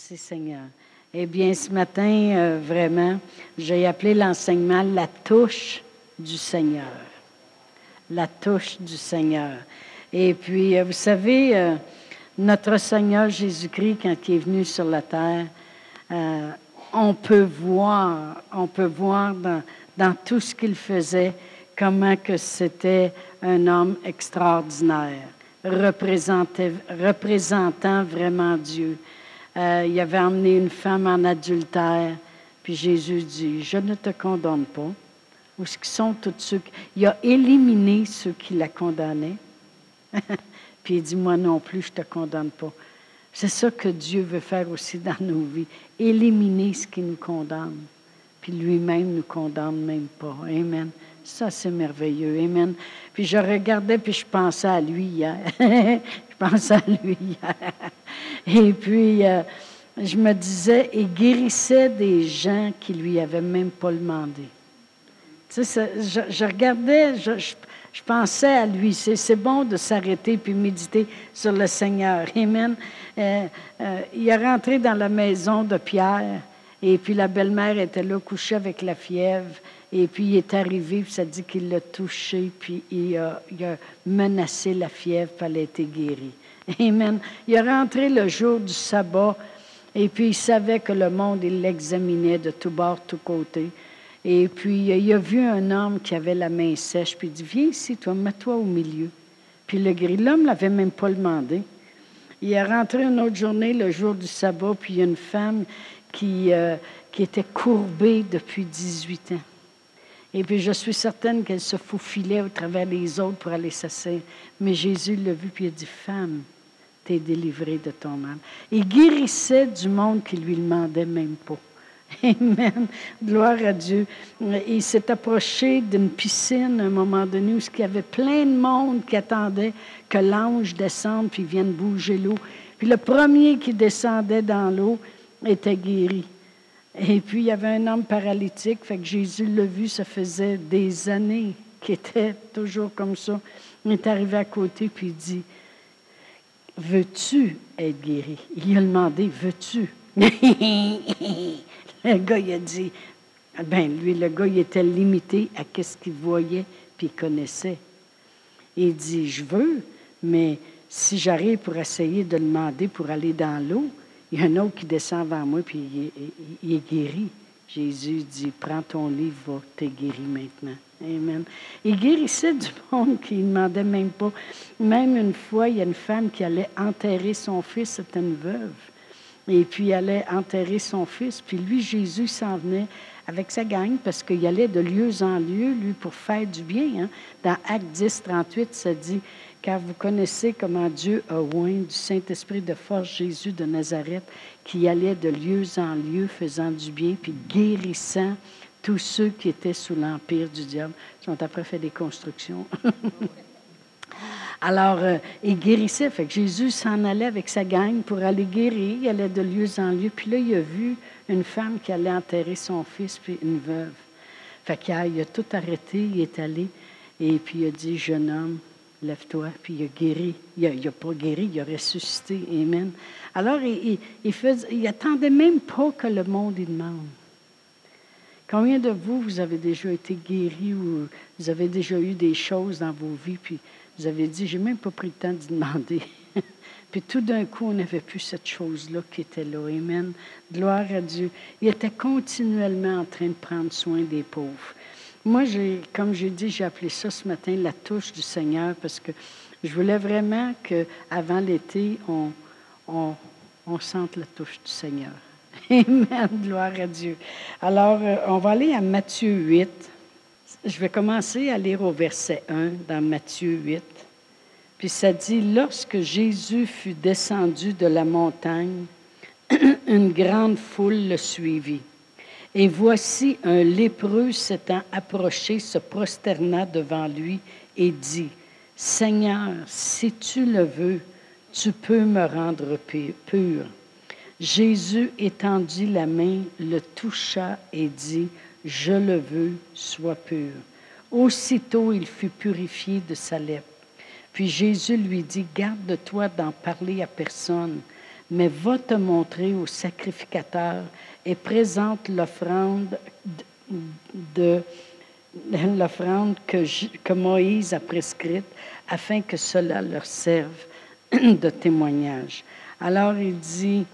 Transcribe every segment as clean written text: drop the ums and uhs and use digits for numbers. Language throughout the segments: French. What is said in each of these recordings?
Merci Seigneur. Eh bien, ce matin, vraiment, j'ai appelé l'enseignement « La touche du Seigneur ». La touche du Seigneur. Et puis, vous savez, notre Seigneur Jésus-Christ, quand il est venu sur la terre, on peut voir dans tout ce qu'il faisait, comment que c'était un homme extraordinaire, représentant vraiment Dieu. Il avait emmené une femme en adultère, puis Jésus dit, je ne te condamne pas. Où est-ce qu'ils sont tous ceux il a éliminé ceux qui la condamnaient. Puis il dit, moi non plus, je ne te condamne pas. C'est ça que Dieu veut faire aussi dans nos vies. Éliminer ce qui nous condamne. Puis lui-même ne nous condamne même pas. Amen. Ça, c'est merveilleux. Amen. Puis je regardais, puis je pensais à lui hier. Et puis, je me disais, il guérissait des gens qui ne lui avaient même pas demandé. Tu sais, je regardais, je pensais à lui. C'est bon de s'arrêter puis méditer sur le Seigneur. Amen. Il est rentré dans la maison de Pierre, et puis la belle-mère était là, couchée avec la fièvre. Et puis il est arrivé, puis ça dit qu'il l'a touché, puis il a menacé la fièvre, puis elle a été guérie. Amen. Il est rentré le jour du sabbat, et puis il savait que le monde, il l'examinait de tous bords, tous côtés. Et puis il a vu un homme qui avait la main sèche, puis il dit, viens ici, toi, mets-toi au milieu. Puis l'homme ne l'avait même pas demandé. Il est rentré une autre journée, le jour du sabbat, puis il y a une femme qui était courbée depuis 18 ans. Et puis, je suis certaine qu'elle se faufilait au travers des autres pour aller s'asseoir. Mais Jésus l'a vu, puis il a dit, femme, t'es délivrée de ton mal. Il guérissait du monde qui lui demandait même pas. Amen. Gloire à Dieu. Il s'est approché d'une piscine à un moment donné où il y avait plein de monde qui attendait que l'ange descende puis vienne bouger l'eau. Puis le premier qui descendait dans l'eau était guéri. Et puis, il y avait un homme paralytique, fait que Jésus l'a vu, ça faisait des années qu'il était toujours comme ça. Il est arrivé à côté, puis il dit, « Veux-tu être guéri? » Il a demandé, « Veux-tu? » Le gars, il a dit, le gars, il était limité à ce qu'il voyait, puis il connaissait. Il dit, « Je veux, mais si j'arrive pour essayer de demander pour aller dans l'eau, il y a un autre qui descend vers moi, puis il est guéri. » Jésus dit, « Prends ton livre, va, t'es guéri maintenant. » Amen. Il guérissait du monde qui ne demandait même pas. Même une fois, il y a une femme qui allait enterrer son fils, c'était une veuve. Et puis, elle allait enterrer son fils. Puis lui, Jésus s'en venait avec sa gang, parce qu'il allait de lieu en lieu, lui, pour faire du bien. Hein. Dans Acte 10, 38, ça dit, « Car vous connaissez comment Dieu a oint du Saint-Esprit de force Jésus de Nazareth, qui allait de lieu en lieu, faisant du bien, puis guérissant tous ceux qui étaient sous l'empire du diable. » Ils ont après fait des constructions. Alors, il guérissait. Fait que Jésus s'en allait avec sa gang pour aller guérir. Il allait de lieu en lieu. Puis là, il a vu une femme qui allait enterrer son fils, puis une veuve. Fait qu'il a tout arrêté, il est allé, et puis il a dit, « Jeune homme, lève-toi. » Puis il a guéri. Il n'a pas guéri, il a ressuscité. Amen. Alors, il attendait même pas que le monde y demande. Combien de vous avez déjà été guéris ou vous avez déjà eu des choses dans vos vies, puis vous avez dit, j'ai même pas pris le temps d'y demander. Puis tout d'un coup, on n'avait plus cette chose-là qui était là. Amen. Gloire à Dieu. Il était continuellement en train de prendre soin des pauvres. Moi, comme j'ai dit, j'ai appelé ça ce matin la touche du Seigneur, parce que je voulais vraiment qu'avant l'été, on sente la touche du Seigneur. Amen. Gloire à Dieu. Alors, on va aller à Matthieu 8. Je vais commencer à lire au verset 1 dans Matthieu 8. Puis ça dit, « Lorsque Jésus fut descendu de la montagne, une grande foule le suivit. Et voici un lépreux s'étant approché, se prosterna devant lui et dit, « Seigneur, si tu le veux, tu peux me rendre pur. » Jésus étendit la main, le toucha et dit, « Je le veux, sois pur. » Aussitôt, il fut purifié de sa lèpre. Puis Jésus lui dit, « Garde-toi d'en parler à personne, mais va te montrer au sacrificateur et présente l'offrande que Moïse a prescrite afin que cela leur serve de témoignage. Alors il dit,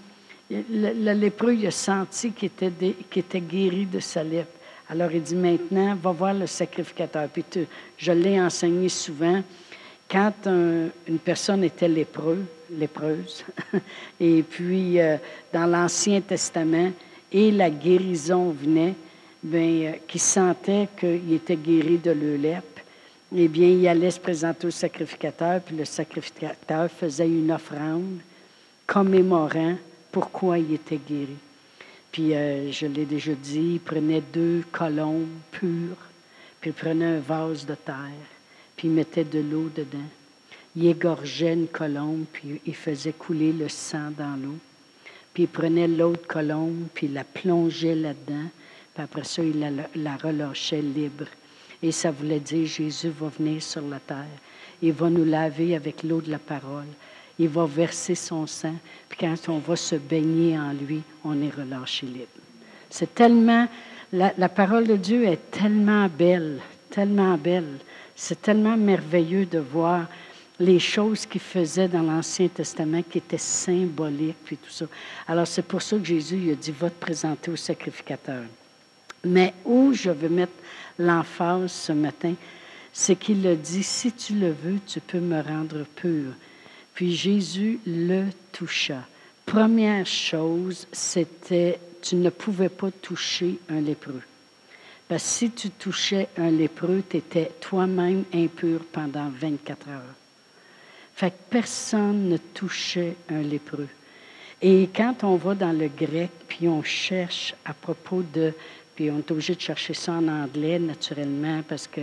le lépreux, il a senti qu'il était guéri de sa lèpre. Alors il dit, maintenant, va voir le sacrificateur. Puis je l'ai enseigné souvent, quand une personne était lépreuse, et puis dans l'Ancien Testament, et la guérison venait, qui sentait qu'il était guéri de leur lèpre, eh bien, il allait se présenter au sacrificateur, puis le sacrificateur faisait une offrande commémorant pourquoi il était guéri. Puis, je l'ai déjà dit, il prenait 2 colombes pures, puis il prenait un vase de terre, puis il mettait de l'eau dedans. Il égorgeait une colombe, puis il faisait couler le sang dans l'eau. Puis il prenait l'autre colombe, puis il la plongeait là-dedans, puis après ça, il la relâchait libre. Et ça voulait dire, Jésus va venir sur la terre. Il va nous laver avec l'eau de la parole. Il va verser son sang. Puis quand on va se baigner en lui, on est relâché libre. C'est tellement... La parole de Dieu est tellement belle, tellement belle. C'est tellement merveilleux de voir les choses qu'il faisait dans l'Ancien Testament qui étaient symboliques, puis tout ça. Alors, c'est pour ça que Jésus il a dit, va te présenter au sacrificateur. Mais où je veux mettre l'emphase ce matin, c'est qu'il a dit, si tu le veux, tu peux me rendre pur. Puis Jésus le toucha. Première chose, c'était, tu ne pouvais pas toucher un lépreux. Parce que si tu touchais un lépreux, tu étais toi-même impur pendant 24 heures. Fait que personne ne touchait un lépreux. Et quand on va dans le grec, puis on cherche à propos de... Puis on est obligé de chercher ça en anglais, naturellement, parce que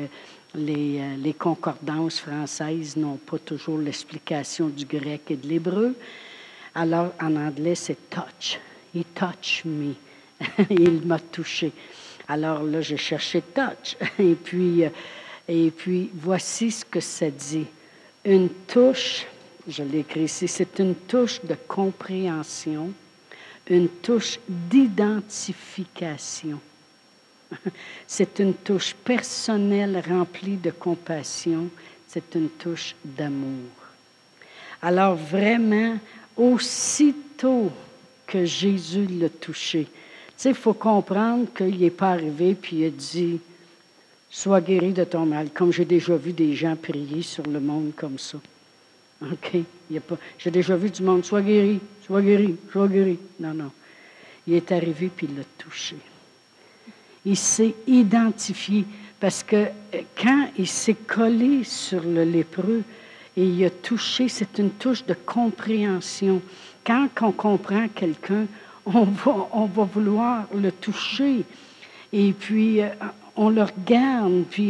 les concordances françaises n'ont pas toujours l'explication du grec et de l'hébreu. Alors, en anglais, c'est « touch ». « He touched me ». Il m'a touché. Alors là, j'ai cherché « touch ». Et puis, voici ce que ça dit. Une touche, je l'ai écrit ici, c'est une touche de compréhension, une touche d'identification. C'est une touche personnelle remplie de compassion. C'est une touche d'amour. Alors vraiment, aussitôt que Jésus l'a touché, tu sais, il faut comprendre qu'il n'est pas arrivé puis il a dit « Sois guéri de ton mal », comme j'ai déjà vu des gens prier sur le monde comme ça. OK? J'ai déjà vu du monde « Sois guéri, sois guéri, sois guéri ». Non, non. Il est arrivé puis il l'a touché. Il s'est identifié parce que quand il s'est collé sur le lépreux et il a touché, c'est une touche de compréhension. Quand on comprend quelqu'un, on va vouloir le toucher et puis on le regarde. Puis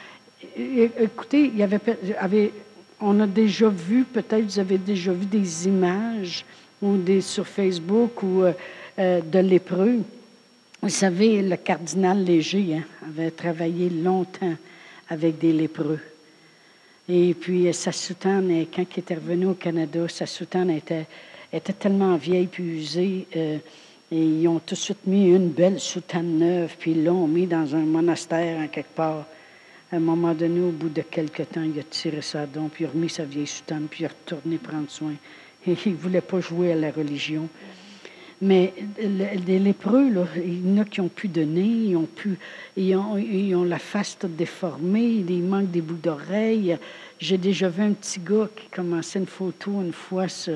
écoutez, on a déjà vu, peut-être vous avez déjà vu des images sur Facebook ou de lépreux. Vous savez, le cardinal Léger avait travaillé longtemps avec des lépreux. Et puis, sa soutane, quand il était revenu au Canada, sa soutane était tellement vieille puis usée. Et ils ont tout de suite mis une belle soutane neuve, puis ils l'ont mis dans un monastère en quelque part. À un moment donné, au bout de quelques temps, il a tiré ça donc, puis il a remis sa vieille soutane, puis il est retourné prendre soin. Et il ne voulait pas jouer à la religion. Mais les lépreux, là, il y en a qui n'ont plus de nez, ils ont la face toute déformée, il manque des bouts d'oreilles. J'ai déjà vu un petit gars qui commençait une photo une fois sur...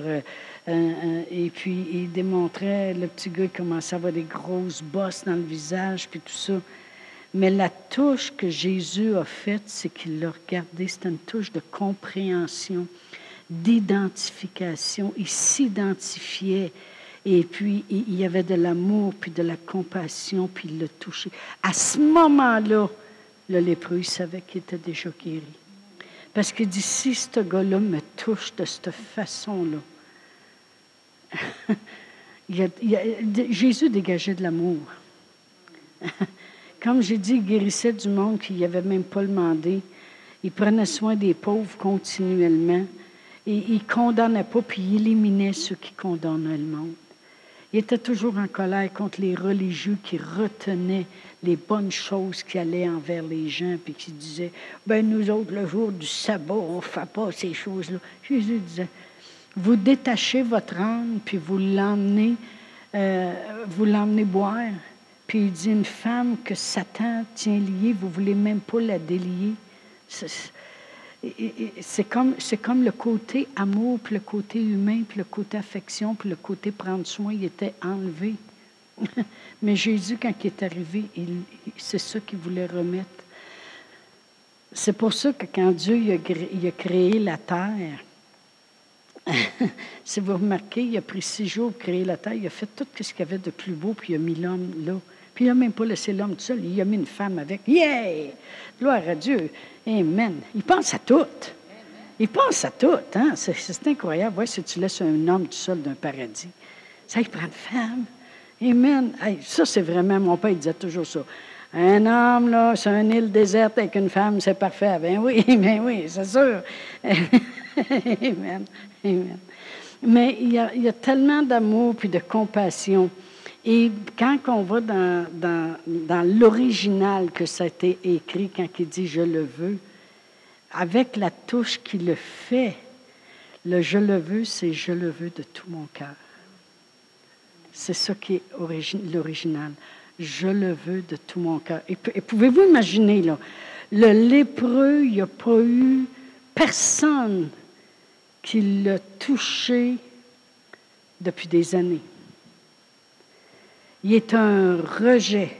et puis il démontrait, le petit gars, il commençait à avoir des grosses bosses dans le visage, puis tout ça. Mais la touche que Jésus a faite, c'est qu'il l'a regardé, c'était une touche de compréhension, d'identification. Il s'identifiait. Et puis, il y avait de l'amour, puis de la compassion, puis il l'a touché. À ce moment-là, le lépreux, il savait qu'il était déjà guéri. Parce qu'il dit, si ce gars-là me touche de cette façon-là, Jésus dégageait de l'amour. Comme j'ai dit, il guérissait du monde qui n'avait même pas demandé. Il prenait soin des pauvres continuellement. Et il ne condamnait pas, puis il éliminait ceux qui condamnaient le monde. Il était toujours en colère contre les religieux qui retenaient les bonnes choses qui allaient envers les gens, puis qui disaient, ben nous autres, le jour du sabbat, on ne fait pas ces choses-là. Jésus disait, vous détachez votre âme, puis vous l'emmenez boire. Puis il dit, une femme que Satan tient liée, vous ne voulez même pas la délier. C'est comme le côté amour, puis le côté humain, puis le côté affection, puis le côté prendre soin, il était enlevé. Mais Jésus, quand il est arrivé, c'est ça qu'il voulait remettre. C'est pour ça que quand Dieu il a créé la terre, si vous remarquez, il a pris 6 jours pour créer la terre, il a fait tout ce qu'il y avait de plus beau, puis il a mis l'homme là. Puis il n'a même pas laissé l'homme tout seul, il a mis une femme avec. Yeah! Gloire à Dieu. Amen. Il pense à tout. Il pense à tout. Hein? C'est incroyable. Ouais, si tu laisses un homme tout seul d'un paradis, ça, il prend une femme. Amen. Hey, ça, c'est vraiment, mon père, il disait toujours ça. Un homme, là, sur une île déserte avec une femme, c'est parfait. Ben oui, c'est sûr. Amen. Amen. Mais il y a tellement d'amour puis de compassion. Et quand on va dans l'original que ça a été écrit, quand il dit « je le veux », avec la touche qui le fait, le « je le veux », c'est « je le veux de tout mon cœur ». C'est ça qui est l'original. « Je le veux de tout mon cœur ». Et pouvez-vous imaginer, là, le lépreux, il n'y a pas eu personne qui l'a touché depuis des années. Il est un rejet.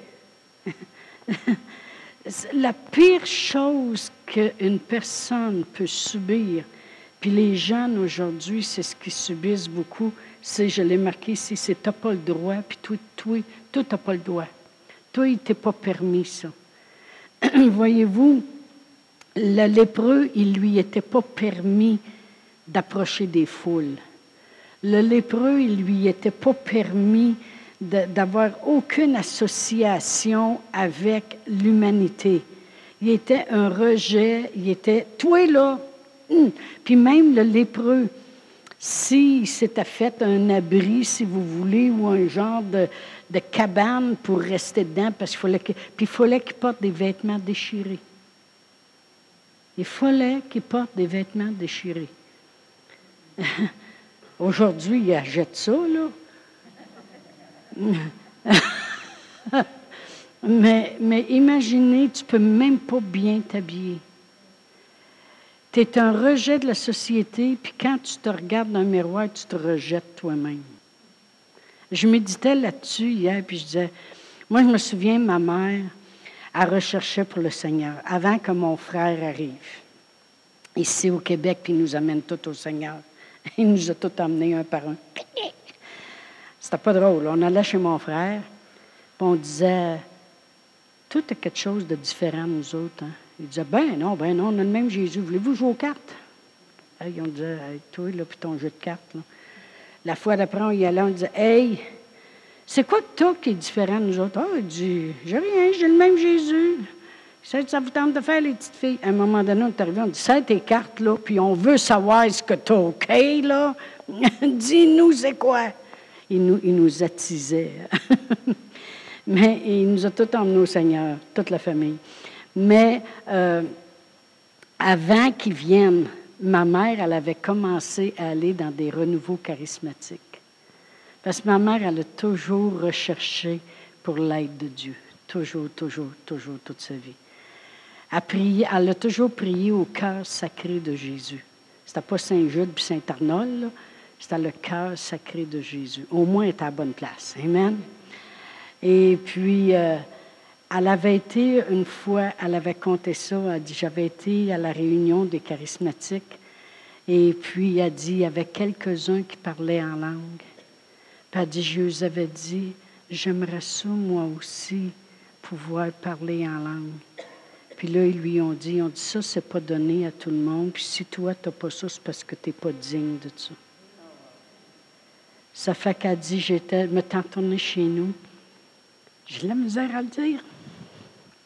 La pire chose qu'une personne peut subir, puis les jeunes aujourd'hui, c'est ce qu'ils subissent beaucoup, c'est, je l'ai marqué ici, c'est « t'as pas le droit », puis toi, t'as pas le droit. Toi, il t'est pas permis, ça. Voyez-vous, le lépreux, il lui était pas permis d'approcher des foules. Le lépreux, il lui était pas permis d'avoir aucune association avec l'humanité. Il était un rejet, il était, toi là, Puis même le lépreux, s'il s'était fait un abri, si vous voulez, ou un genre de cabane pour rester dedans, parce qu'il fallait qu'il porte des vêtements déchirés. Il fallait qu'il porte des vêtements déchirés. Aujourd'hui, il achète ça, là. mais imaginez, tu ne peux même pas bien t'habiller. Tu es un rejet de la société, puis quand tu te regardes dans le miroir, tu te rejettes toi-même. Je méditais là-dessus hier, puis je disais, moi je me souviens, ma mère, elle recherchait pour le Seigneur, avant que mon frère arrive, ici au Québec, puis il nous amène tous au Seigneur. Il nous a tous emmenés un par un. C'était pas drôle. On allait chez mon frère, puis on disait, tout est quelque chose de différent, nous autres. Hein? Il disait, ben non, on a le même Jésus. Voulez-vous jouer aux cartes? Hey, on disait, hey, toi, là, puis ton jeu de cartes. Là. La fois d'après, on y allait, on disait, hey, c'est quoi que toi qui est différent, nous autres? Ah, il dit, j'ai rien, j'ai le même Jésus. Ça vous tente de faire, les petites filles? À un moment donné, on est arrivé, on dit, c'est tes cartes, là, puis on veut savoir ce que t'as, OK, là? Dis-nous, c'est quoi? Il nous attisait. Mais il nous a tous emmenés au Seigneur, toute la famille. Mais avant qu'ils viennent, ma mère, elle avait commencé à aller dans des renouveaux charismatiques. Parce que ma mère, elle a toujours recherché pour l'aide de Dieu. Toujours, toute sa vie. Elle a toujours prié au cœur sacré de Jésus. C'était pas Saint-Jude puis Saint-Arnold, là. C'était le cœur sacré de Jésus. Au moins, elle était à la bonne place. Amen. Et puis, elle avait été, une fois, elle avait compté ça, elle a dit, j'avais été à la réunion des charismatiques, et puis elle a dit, il y avait quelques-uns qui parlaient en langue. Puis elle a dit, je vous avais dit, j'aimerais ça, moi aussi, pouvoir parler en langue. Puis là, ils lui ont dit, ça, c'est pas donné à tout le monde, puis si toi, tu n'as pas ça, c'est parce que tu n'es pas digne de ça. Ça fait qu'elle dit, me t'en chez nous. J'ai de la misère à le dire.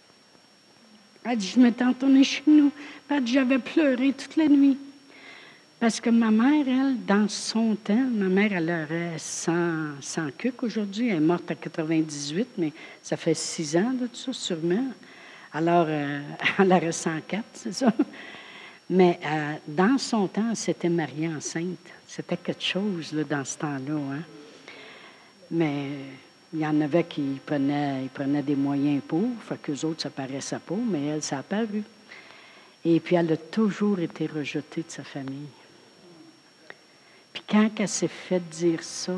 Elle dit, je m'étais entournée chez nous. Elle dit, j'avais pleuré toute la nuit. Parce que ma mère, elle, dans son temps, ma mère, elle aurait 100 cucs aujourd'hui. Elle est morte à 98, mais ça fait 6 ans de tout ça, sûrement. Alors, elle aurait 104, c'est ça. Mais dans son temps, elle s'était mariée enceinte. C'était quelque chose là, dans ce temps-là. Hein? Mais il y en avait qui prenaient des moyens pour, fait qu'eux autres, ça paraissait pas, mais elle, ça a paru. Et puis, elle a toujours été rejetée de sa famille. Puis quand elle s'est fait dire ça,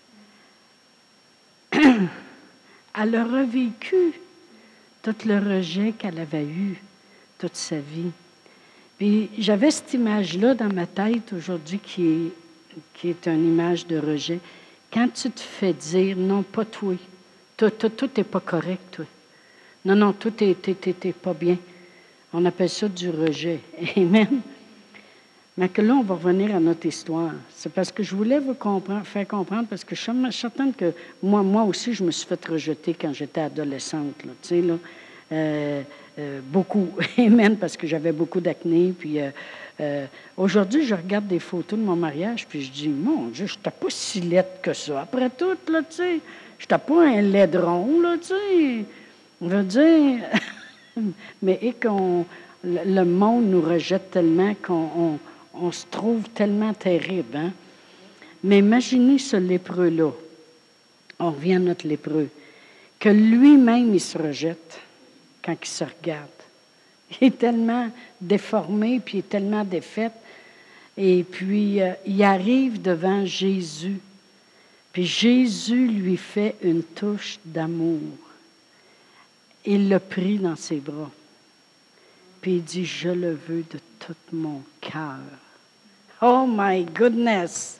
elle a revécu tout le rejet qu'elle avait eu toute sa vie. Puis j'avais cette image-là dans ma tête aujourd'hui qui est une image de rejet. Quand tu te fais dire, non, pas toi, tout n'est pas correct, toi. Non, tout est pas bien. On appelle ça du rejet. Amen. Mais que là, on va revenir à notre histoire. C'est parce que je voulais vous faire comprendre, parce que je suis certaine que moi aussi, je me suis fait rejeter quand j'étais adolescente. Là, tu sais, là, beaucoup. Amen, parce que j'avais beaucoup d'acné. Puis aujourd'hui, je regarde des photos de mon mariage, puis je dis, mon Dieu, je n'étais pas si laide que ça. Après tout, là, tu sais, je n'étais pas un laidron, là, tu sais. On veut dire... Mais le monde nous rejette tellement qu'on se trouve tellement terrible. Hein? Mais imaginez ce lépreux-là. On revient à notre lépreux. Que lui-même, il se rejette quand il se regarde. Il est tellement déformé, puis il est tellement défait. Et puis, il arrive devant Jésus. Puis Jésus lui fait une touche d'amour. Il l'a pris dans ses bras. Puis il dit, je le veux de tout mon cœur. Oh my goodness!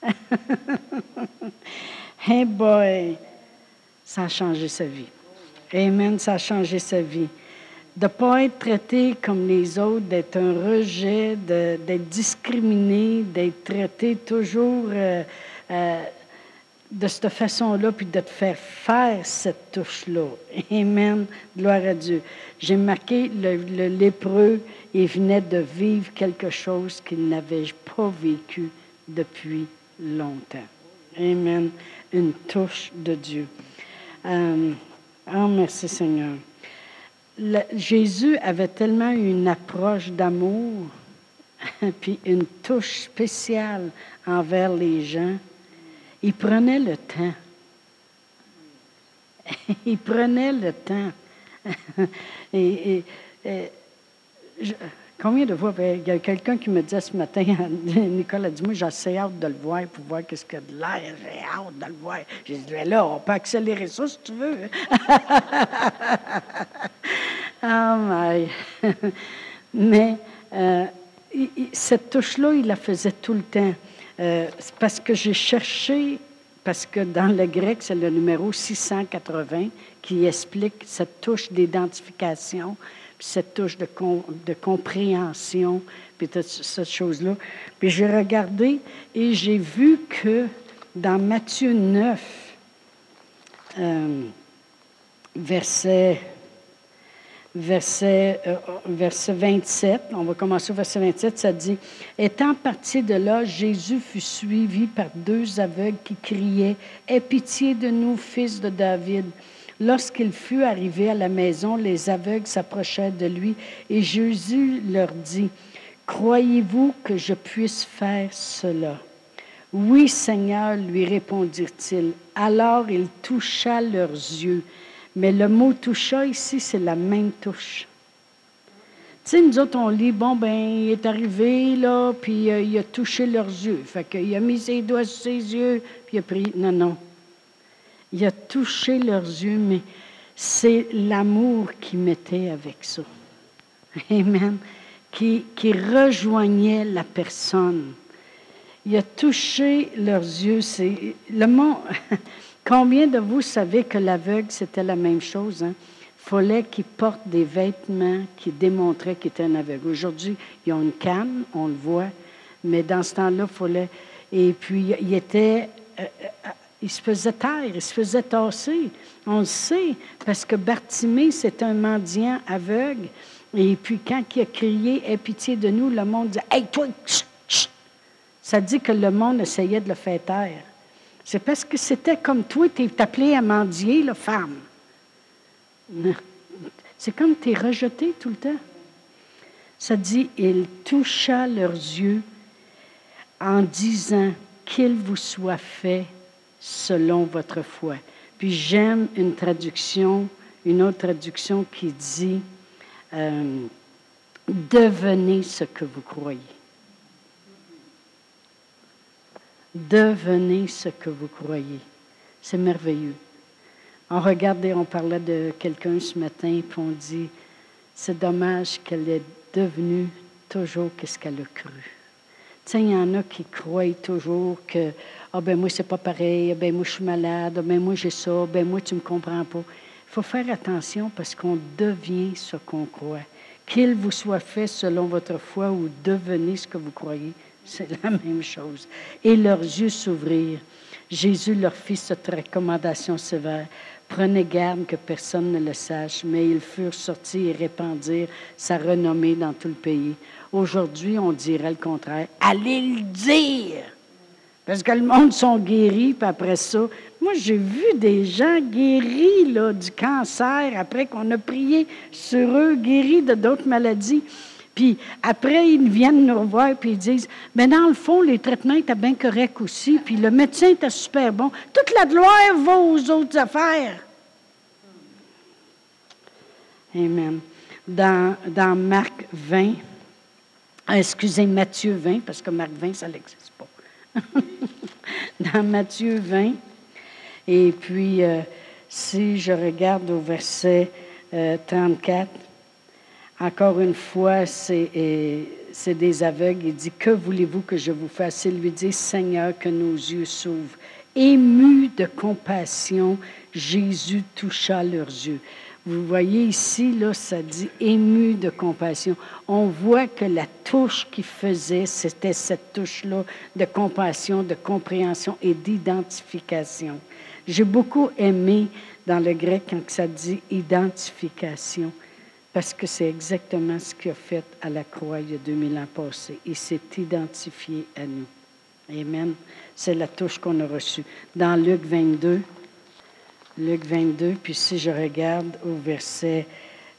Hey boy! Ça a changé sa vie. Amen, ça a changé sa vie. De ne pas être traité comme les autres, d'être un rejet, d'être discriminé, d'être traité toujours de cette façon-là, puis de te faire cette touche-là. Amen. Gloire à Dieu. J'ai marqué le lépreux, il venait de vivre quelque chose qu'il n'avait pas vécu depuis longtemps. Amen. Une touche de Dieu. Oh, merci Seigneur. Jésus avait tellement une approche d'amour, puis une touche spéciale envers les gens. Il prenait le temps. Il prenait le temps. Combien de fois, il y a quelqu'un qui me disait ce matin, Nicole a dit, moi j'ai assez hâte de le voir pour voir qu'est-ce qu'il y a de l'air, j'ai hâte de le voir. J'ai dit, là, on peut accélérer ça si tu veux. Oh my! Mais cette touche-là, il la faisait tout le temps. Parce que j'ai cherché, parce que dans le grec, c'est le numéro 680 qui explique cette touche d'identification, puis cette touche de compréhension, puis toute cette chose-là. Puis j'ai regardé et j'ai vu que dans Matthieu 9, verset 27, on va commencer au verset 27, ça dit « Étant parti de là, Jésus fut suivi par 2 aveugles qui criaient « Aie pitié de nous, fils de David ». Lorsqu'il fut arrivé à la maison, les aveugles s'approchèrent de lui et Jésus leur dit « Croyez-vous que je puisse faire cela ?» « Oui, Seigneur, lui répondirent-ils. Alors il toucha leurs yeux. » Mais le mot « toucha » ici, c'est la même touche. Tu sais, nous autres, on lit, il est arrivé, là, puis il a touché leurs yeux. Fait qu'il a mis ses doigts sur ses yeux, puis il a pris... Non. Il a touché leurs yeux, mais c'est l'amour qu'il mettait avec ça. Amen. Qui rejoignait la personne. Il a touché leurs yeux. C'est le mot... Combien de vous savez que l'aveugle, c'était la même chose? Hein? Il fallait qu'il porte des vêtements qui démontraient qu'il était un aveugle. Aujourd'hui, ils ont une canne, on le voit, mais dans ce temps-là, il fallait... Et puis, il se faisait taire, il se faisait tasser. On le sait, parce que Bartimée, c'est un mendiant aveugle. Et puis, quand il a crié « Aie pitié de nous », le monde dit « Hey, toi, chut, chut. Ça dit que le monde essayait de le faire taire. C'est parce que c'était comme toi, tu es appelé à mendier, la femme. C'est comme tu es rejeté tout le temps. Ça dit, il toucha leurs yeux en disant qu'il vous soit fait selon votre foi. Puis j'aime une autre traduction qui dit devenez ce que vous croyez. Devenez ce que vous croyez. C'est merveilleux. On parlait de quelqu'un ce matin, puis on dit, c'est dommage qu'elle est devenue toujours ce qu'elle a cru. Tu sais, il y en a qui croient toujours que, moi, c'est pas pareil, moi, je suis malade, moi, j'ai ça, moi, tu me comprends pas. Il faut faire attention parce qu'on devient ce qu'on croit. Qu'il vous soit fait selon votre foi ou devenez ce que vous croyez, c'est la même chose. Et leurs yeux s'ouvrirent. Jésus leur fit cette recommandation sévère. Prenez garde que personne ne le sache, mais ils furent sortis et répandirent sa renommée dans tout le pays. Aujourd'hui, on dirait le contraire. Allez le dire! Parce que le monde sont guéris, puis après ça, moi, j'ai vu des gens guéris là, du cancer, après qu'on a prié sur eux, guéris de d'autres maladies. Puis après, ils viennent nous revoir, puis ils disent, mais dans le fond, les traitements étaient bien corrects aussi, puis le médecin était super bon. Toute la gloire va aux autres affaires. Amen. Dans Marc 20, Matthieu 20, parce que Marc 20, ça n'existe pas. Dans Matthieu 20, et puis si je regarde au verset 34, encore une fois, c'est des aveugles. Il dit, que voulez-vous que je vous fasse? Il lui dit, Seigneur, que nos yeux s'ouvrent. Ému de compassion, Jésus toucha leurs yeux. Vous voyez ici, là, ça dit ému de compassion. On voit que la touche qu'il faisait, c'était cette touche-là de compassion, de compréhension et d'identification. J'ai beaucoup aimé dans le grec quand ça dit identification. Parce que c'est exactement ce qu'il a fait à la croix il y a 2000 ans passés. Il s'est identifié à nous. Amen. C'est la touche qu'on a reçue. Dans Luc 22, puis si je regarde au verset...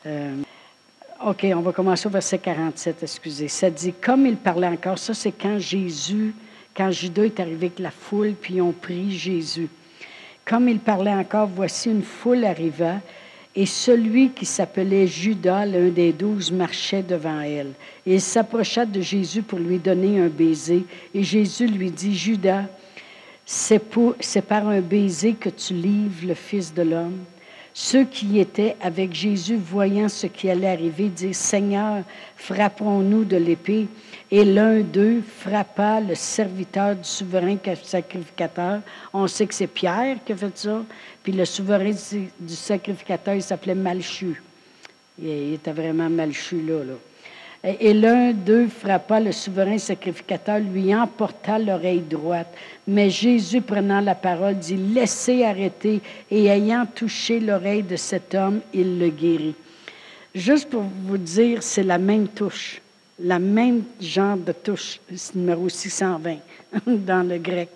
OK, on va commencer au verset 47, excusez. Ça dit, comme il parlait encore, ça c'est quand Judas est arrivé avec la foule, puis ils ont pris Jésus. Comme il parlait encore, voici une foule arriva, et celui qui s'appelait Judas, l'un des 12, marchait devant elle. Et il s'approcha de Jésus pour lui donner un baiser. Et Jésus lui dit, Judas, c'est par un baiser que tu livres le Fils de l'homme. Ceux qui étaient avec Jésus, voyant ce qui allait arriver, disent, Seigneur, frappons-nous de l'épée. Et l'un d'eux frappa le serviteur du souverain sacrificateur. On sait que c'est Pierre qui a fait ça. Puis le souverain du sacrificateur, il s'appelait Malchu. Il était vraiment Malchu là. Et l'un d'eux frappa le souverain sacrificateur, lui emporta l'oreille droite. Mais Jésus, prenant la parole, dit, laissez arrêter. Et ayant touché l'oreille de cet homme, il le guérit. Juste pour vous dire, c'est la même touche. La même genre de touche, numéro 620 dans le grec.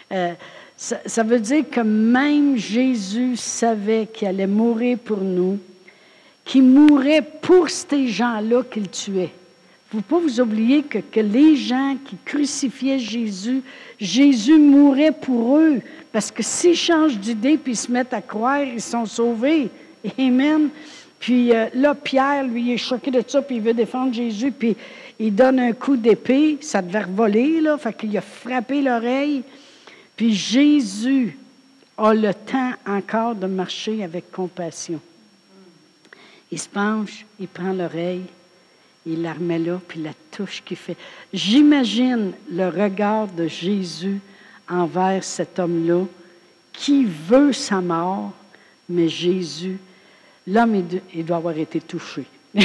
Ça veut dire que même Jésus savait qu'il allait mourir pour nous, qu'il mourrait pour ces gens-là qu'il tuait. Il ne faut pas vous oublier que les gens qui crucifiaient Jésus, Jésus mourait pour eux. Parce que s'ils changent d'idée puis ils se mettent à croire, ils sont sauvés. Amen. Puis là, Pierre, lui, il est choqué de ça, puis il veut défendre Jésus, puis il donne un coup d'épée, ça devait revoler, là, fait qu'il a frappé l'oreille. Puis Jésus a le temps encore de marcher avec compassion. Il se penche, il prend l'oreille, il la remet là, puis la touche qu'il fait. J'imagine le regard de Jésus envers cet homme-là qui veut sa mort, mais Jésus... L'homme, il doit avoir été touché. Puis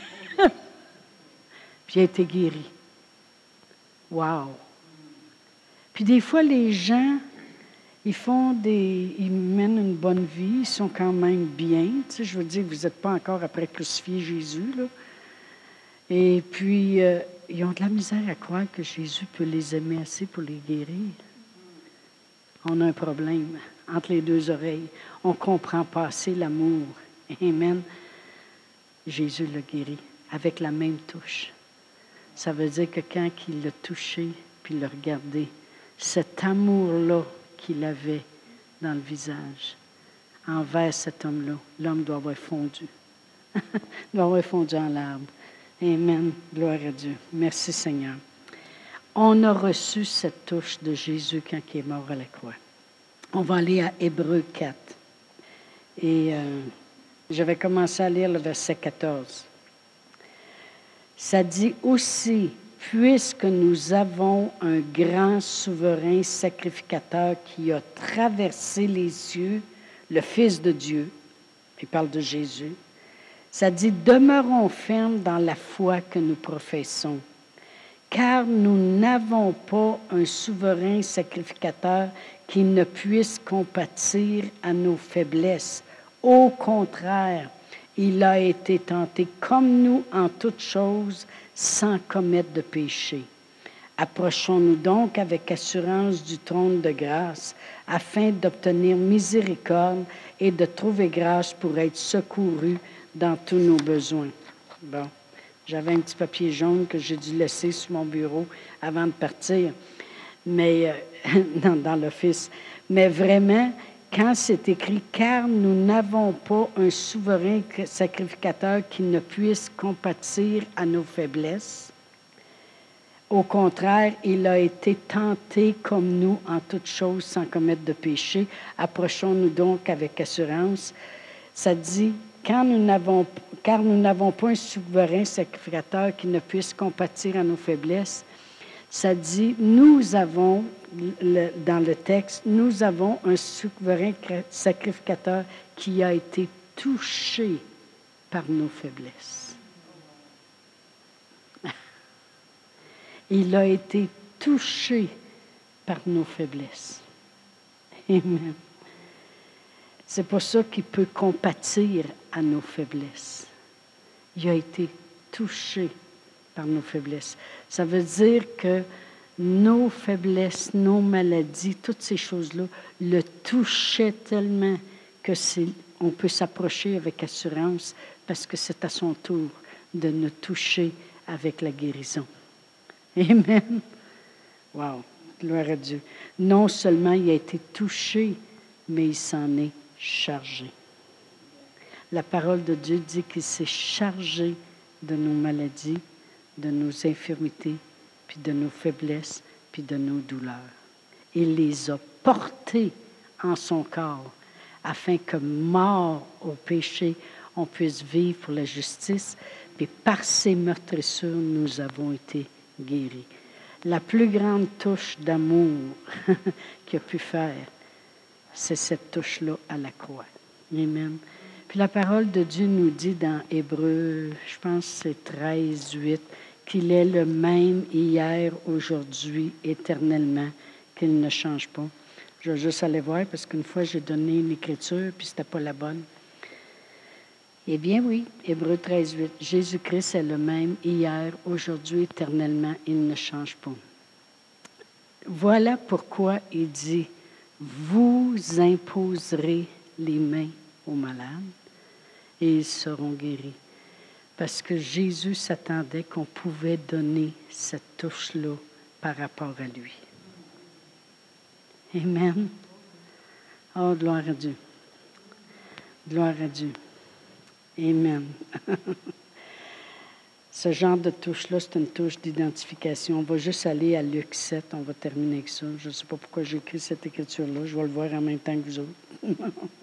il a été guéri. Wow! Puis des fois, les gens, ils mènent une bonne vie, ils sont quand même bien. Tu sais, je veux dire, vous n'êtes pas encore après crucifier Jésus, là. Et puis, ils ont de la misère à croire que Jésus peut les aimer assez pour les guérir. On a un problème entre les deux oreilles. On ne comprend pas assez l'amour. Amen. Jésus l'a guéri avec la même touche. Ça veut dire que quand il l'a touché puis l'a regardé, cet amour-là qu'il avait dans le visage envers cet homme-là, l'homme doit avoir fondu. Doit avoir fondu en larmes. Amen. Gloire à Dieu. Merci Seigneur. On a reçu cette touche de Jésus quand il est mort à la croix. On va aller à Hébreux 4. Et je vais commencer à lire le verset 14. Ça dit aussi, puisque nous avons un grand souverain sacrificateur qui a traversé les cieux, le Fils de Dieu, il parle de Jésus, ça dit, demeurons fermes dans la foi que nous professons, car nous n'avons pas un souverain sacrificateur qui ne puisse compatir à nos faiblesses. Au contraire, il a été tenté comme nous en toutes choses, sans commettre de péché. Approchons-nous donc avec assurance du trône de grâce, afin d'obtenir miséricorde et de trouver grâce pour être secourus dans tous nos besoins. Bon, j'avais un petit papier jaune que j'ai dû laisser sur mon bureau avant de partir, mais dans l'office. Mais vraiment, quand c'est écrit « Car nous n'avons pas un souverain sacrificateur qui ne puisse compatir à nos faiblesses. Au contraire, il a été tenté comme nous en toutes choses sans commettre de péché. Approchons-nous donc avec assurance. » Ça dit « Car nous n'avons pas un souverain sacrificateur qui ne puisse compatir à nos faiblesses. » Ça dit, nous avons, dans le texte, nous avons un souverain sacrificateur qui a été touché par nos faiblesses. Il a été touché par nos faiblesses. Amen. C'est pour ça qu'il peut compatir à nos faiblesses. Il a été touché par nos faiblesses. Ça veut dire que nos faiblesses, nos maladies, toutes ces choses-là, le touchaient tellement que on peut s'approcher avec assurance parce que c'est à son tour de nous toucher avec la guérison. Amen. Wow, gloire à Dieu. Non seulement il a été touché, mais il s'en est chargé. La parole de Dieu dit qu'il s'est chargé de nos maladies, de nos infirmités, puis de nos faiblesses, puis de nos douleurs. Il les a portées en son corps, afin que, mort au péché, on puisse vivre pour la justice, puis par ses meurtrissures, nous avons été guéris. La plus grande touche d'amour qu'il a pu faire, c'est cette touche-là à la croix. Amen. Puis la parole de Dieu nous dit dans Hébreux, je pense que c'est 13, 8, qu'il est le même hier, aujourd'hui, éternellement, qu'il ne change pas. Je vais juste aller voir parce qu'une fois j'ai donné une écriture puis c'était pas la bonne. Eh bien oui, Hébreux 13, 8, Jésus-Christ est le même hier, aujourd'hui, éternellement, il ne change pas. Voilà pourquoi il dit, vous imposerez les mains aux malades et ils seront guéris. Parce que Jésus s'attendait qu'on pouvait donner cette touche-là par rapport à lui. Amen. Oh, gloire à Dieu. Gloire à Dieu. Amen. Ce genre de touche-là, c'est une touche d'identification. On va juste aller à Luc 7, on va terminer avec ça. Je ne sais pas pourquoi j'ai écrit cette écriture-là. Je vais le voir en même temps que vous autres.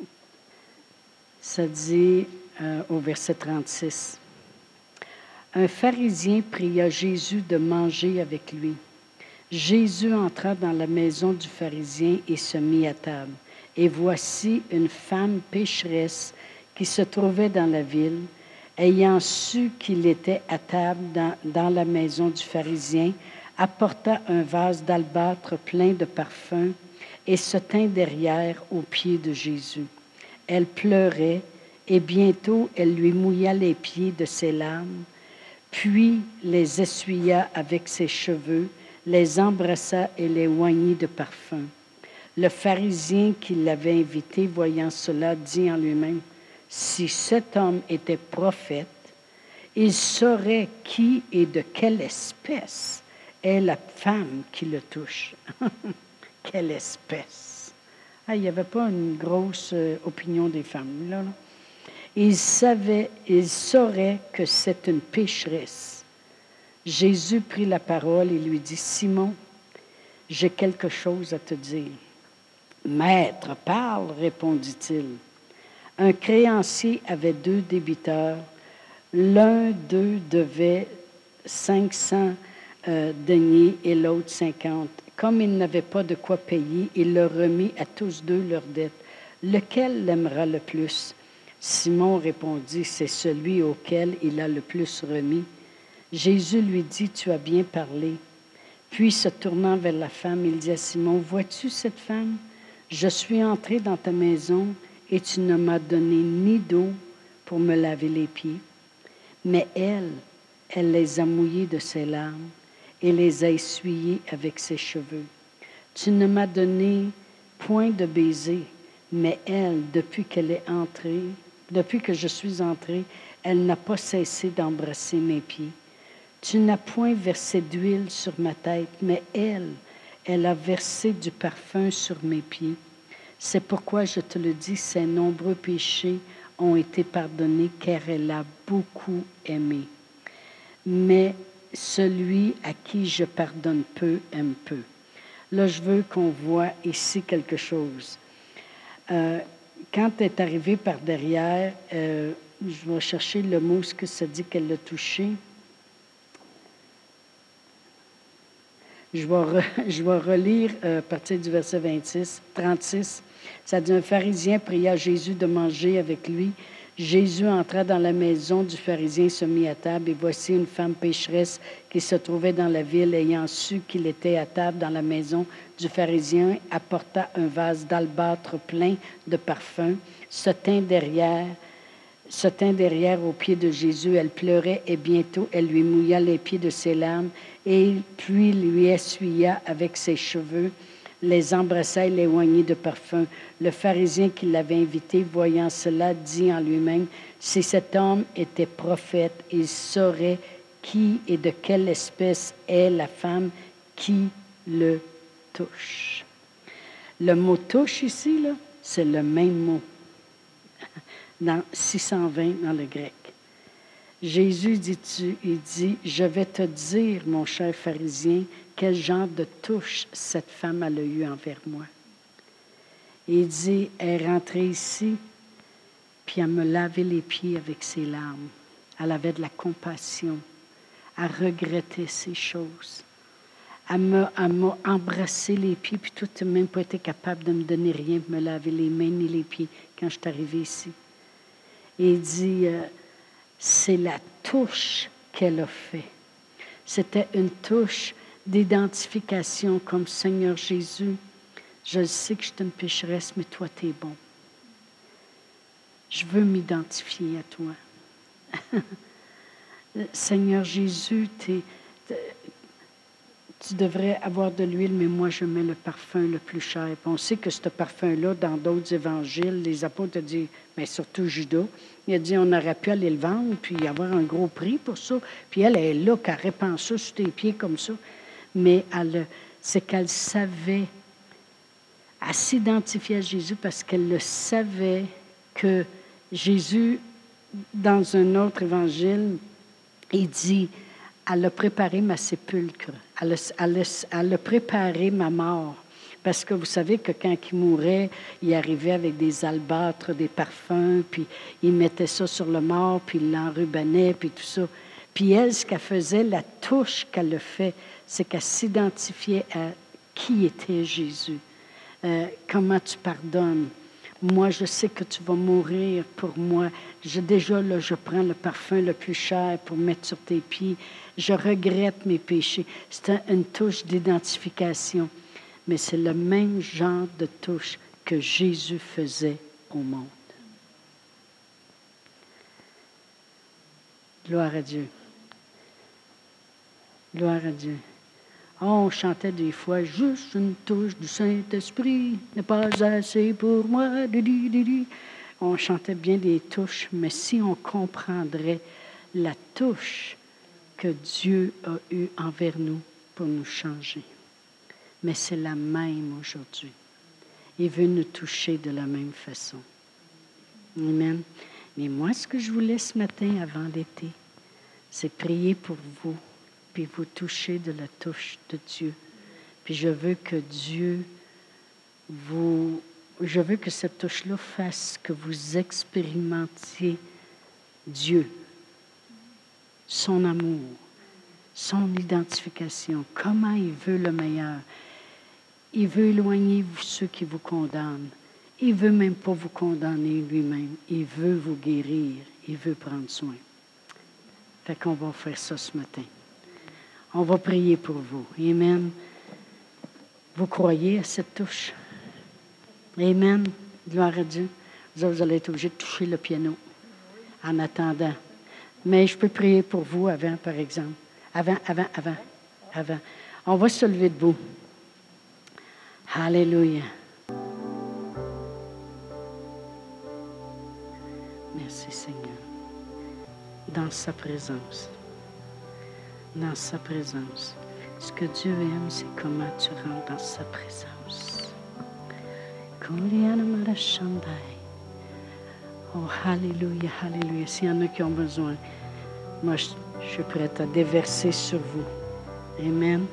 Ça dit au verset 36. Un pharisien pria Jésus de manger avec lui. Jésus entra dans la maison du pharisien et se mit à table. Et voici une femme pécheresse qui se trouvait dans la ville, ayant su qu'il était à table dans la maison du pharisien, apporta un vase d'albâtre plein de parfums et se tint derrière aux pieds de Jésus. Elle pleurait et bientôt elle lui mouilla les pieds de ses larmes. puis les essuya avec ses cheveux, les embrassa et les oignit de parfum. Le pharisien qui l'avait invité, voyant cela, dit en lui-même, « Si cet homme était prophète, il saurait qui et de quelle espèce est la femme qui le touche. » Quelle espèce! Ah, il n'y avait pas une grosse opinion des femmes, là. Il saurait que c'est une pécheresse. Jésus prit la parole et lui dit, « Simon, j'ai quelque chose à te dire. » « Maître, parle, répondit-il. Un créancier avait 2 débiteurs. L'un d'eux devait 500 deniers et l'autre 50. Comme il n'avait pas de quoi payer, il leur remit à tous 2 leurs dettes. Lequel l'aimera le plus? Simon répondit, c'est celui auquel il a le plus remis. Jésus lui dit, tu as bien parlé. Puis se tournant vers la femme, il dit à Simon, vois-tu cette femme? Je suis entré dans ta maison et tu ne m'as donné ni d'eau pour me laver les pieds. Mais elle les a mouillés de ses larmes et les a essuyés avec ses cheveux. Tu ne m'as donné point de baiser, mais elle, depuis que je suis entrée, elle n'a pas cessé d'embrasser mes pieds. Tu n'as point versé d'huile sur ma tête, mais elle a versé du parfum sur mes pieds. C'est pourquoi je te le dis, ses nombreux péchés ont été pardonnés, car elle a beaucoup aimé. Mais celui à qui je pardonne peu, aime peu. Là, je veux qu'on voit ici quelque chose. Quand elle est arrivée par derrière, je vais chercher le mot, ce que ça dit qu'elle l'a touché. Je vais relire à partir du verset 36. Ça dit, un pharisien pria Jésus de manger avec lui. Jésus entra dans la maison du pharisien et se mit à table. Et voici une femme pécheresse qui se trouvait dans la ville, ayant su qu'il était à table dans la maison du pharisien, apporta un vase d'albâtre plein de parfums, se tint derrière aux pieds de Jésus. Elle pleurait et bientôt elle lui mouilla les pieds de ses larmes et puis lui essuya avec ses cheveux, les embrassa et les oignit de parfum. Le pharisien qui l'avait invité, voyant cela, dit en lui-même, si cet homme était prophète, il saurait qui et de quelle espèce est la femme qui le touche. Le mot touche ici, là, c'est le même mot dans 620 dans le grec. Jésus il dit, je vais te dire, mon cher pharisien, quel genre de touche cette femme a eu envers moi. Et il dit, elle est rentrée ici, puis elle me lavait les pieds avec ses larmes. Elle avait de la compassion. Elle regrettait ces choses. Elle m'a embrassé les pieds, puis toi, tu n'as même pas été capable de me donner rien, de me laver les mains ni les pieds quand je suis arrivée ici. Et il dit, c'est la touche qu'elle a fait. C'était une touche d'identification comme Seigneur Jésus. Je sais que je suis une pécheresse, mais toi, tu es bon. Je veux m'identifier à toi. Seigneur Jésus, tu devrais avoir de l'huile, mais moi, je mets le parfum le plus cher. Puis on sait que ce parfum-là, dans d'autres évangiles, les apôtres ont dit, mais surtout Judas, il a dit, on aurait pu aller le vendre, puis avoir un gros prix pour ça. Puis elle est là, qu'elle répand ça sur tes pieds comme ça. Mais c'est qu'elle savait, elle s'identifiait à Jésus parce qu'elle le savait que Jésus, dans un autre évangile, il dit, elle a préparé ma sépulcre, elle a préparé ma mort. Parce que vous savez que quand il mourait, il arrivait avec des albâtres, des parfums, puis il mettait ça sur le mort, puis il l'enrubanait, puis tout ça. Puis elle, ce qu'elle faisait, la touche qu'elle a fait, c'est qu'elle s'identifiait à qui était Jésus. Comment tu pardonnes. Moi, je sais que tu vas mourir pour moi. Je prends le parfum le plus cher pour mettre sur tes pieds. Je regrette mes péchés. C'est une touche d'identification. Mais c'est le même genre de touche que Jésus faisait au monde. Gloire à Dieu. Gloire à Dieu. Oh, on chantait des fois, juste une touche du Saint-Esprit n'est pas assez pour moi. On chantait bien des touches, mais si on comprendrait la touche que Dieu a eue envers nous pour nous changer. Mais c'est la même aujourd'hui. Il veut nous toucher de la même façon. Amen. Mais moi, ce que je voulais ce matin avant l'été, c'est prier pour vous, puis vous toucher de la touche de Dieu. Puis je veux que je veux que cette touche-là fasse que vous expérimentiez Dieu, son amour, son identification, comment il veut le meilleur. Il veut éloigner ceux qui vous condamnent. Il ne veut même pas vous condamner lui-même. Il veut vous guérir. Il veut prendre soin. Fait qu'on va faire ça ce matin. On va prier pour vous. Amen. Vous croyez à cette touche? Amen. Gloire à Dieu. Vous allez être obligés de toucher le piano en attendant. Mais je peux prier pour vous avant, par exemple. Avant. On va se lever debout. Alléluia. Merci Seigneur. Dans sa présence. Dans sa présence. Ce que Dieu aime, c'est comment tu rentres dans sa présence. Oh, alléluia, alléluia. S'il y en a qui ont besoin, moi, je suis prête à déverser sur vous. Amen.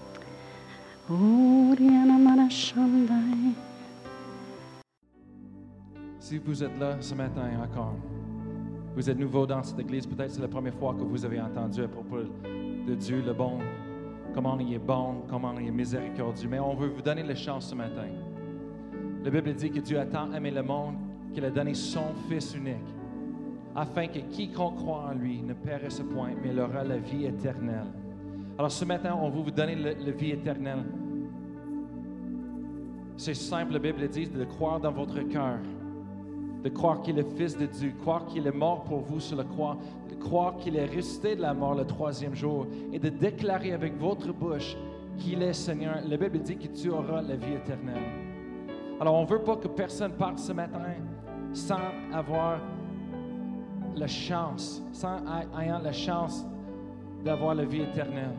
Si vous êtes là ce matin encore, vous êtes nouveau dans cette église, peut-être c'est la première fois que vous avez entendu à propos de Dieu, le bon, comment il est bon, comment il est miséricordieux, mais on veut vous donner la chance ce matin. La Bible dit que Dieu a tant aimé le monde qu'il a donné son Fils unique, afin que quiconque croit en lui ne périsse point, mais il aura la vie éternelle. Alors ce matin, on veut vous donner la vie éternelle. C'est simple, la Bible dit, de croire dans votre cœur, de croire qu'il est le Fils de Dieu, croire qu'il est mort pour vous sur la croix, de croire qu'il est ressuscité de la mort le troisième jour et de déclarer avec votre bouche qu'il est Seigneur. La Bible dit que tu auras la vie éternelle. Alors, on ne veut pas que personne parte ce matin sans avoir la chance, sans ayant la chance d'avoir la vie éternelle.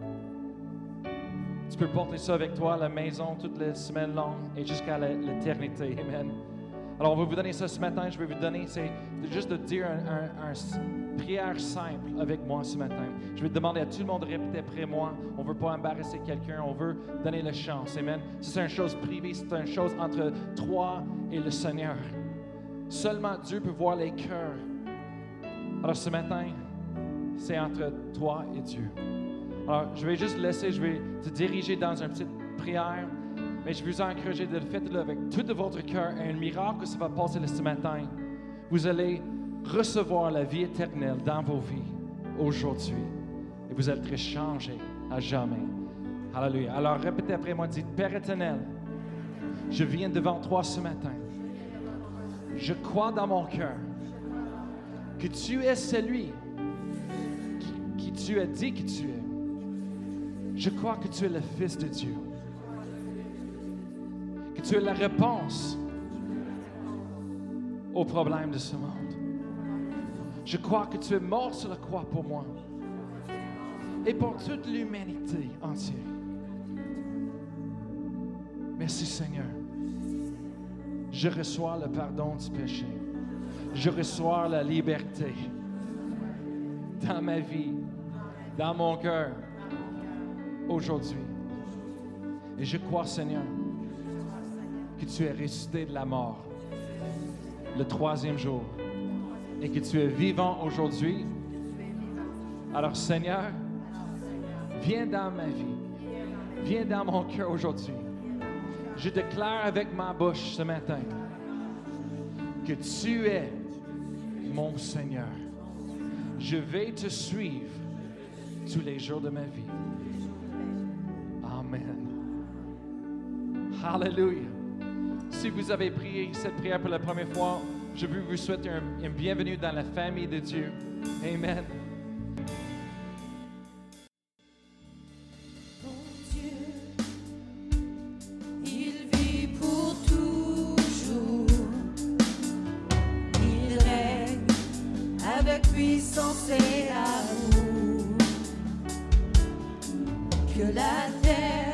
Tu peux porter ça avec toi à la maison toute la semaine longue et jusqu'à l'éternité. Amen. Alors, on va vous donner ça ce matin. Je vais vous donner, c'est juste de dire une prière simple avec moi ce matin. Je vais demander à tout le monde de répéter après moi. On ne veut pas embarrasser quelqu'un. On veut donner la chance. Amen. C'est une chose privée. C'est une chose entre toi et le Seigneur. Seulement Dieu peut voir les cœurs. Alors, ce matin, c'est entre toi et Dieu. Alors, je vais juste laisser, je vais te diriger dans une petite prière, mais je vous encourage de le faire avec tout de votre cœur et un miracle ça va passer ce matin. Vous allez recevoir la vie éternelle dans vos vies aujourd'hui et vous allez être changés à jamais. Alléluia. Alors, répétez après moi, dites, Père éternel, je viens devant toi ce matin. Je crois dans mon cœur que tu es celui qui tu as dit que tu es. Je crois que tu es le Fils de Dieu. Que tu es la réponse aux problèmes de ce monde. Je crois que tu es mort sur la croix pour moi et pour toute l'humanité entière. Merci Seigneur. Je reçois le pardon du péché. Je reçois la liberté dans ma vie, dans mon cœur. Aujourd'hui. Et je crois, Seigneur, que tu es ressuscité de la mort le troisième jour et que tu es vivant aujourd'hui. Alors, Seigneur, viens dans ma vie. Viens dans mon cœur aujourd'hui. Je déclare avec ma bouche ce matin que tu es mon Seigneur. Je vais te suivre tous les jours de ma vie. Amen. Hallelujah. Si vous avez prié cette prière pour la première fois, je veux vous souhaiter une bienvenue dans la famille de Dieu. Amen. avec puissance et amour. Que la terre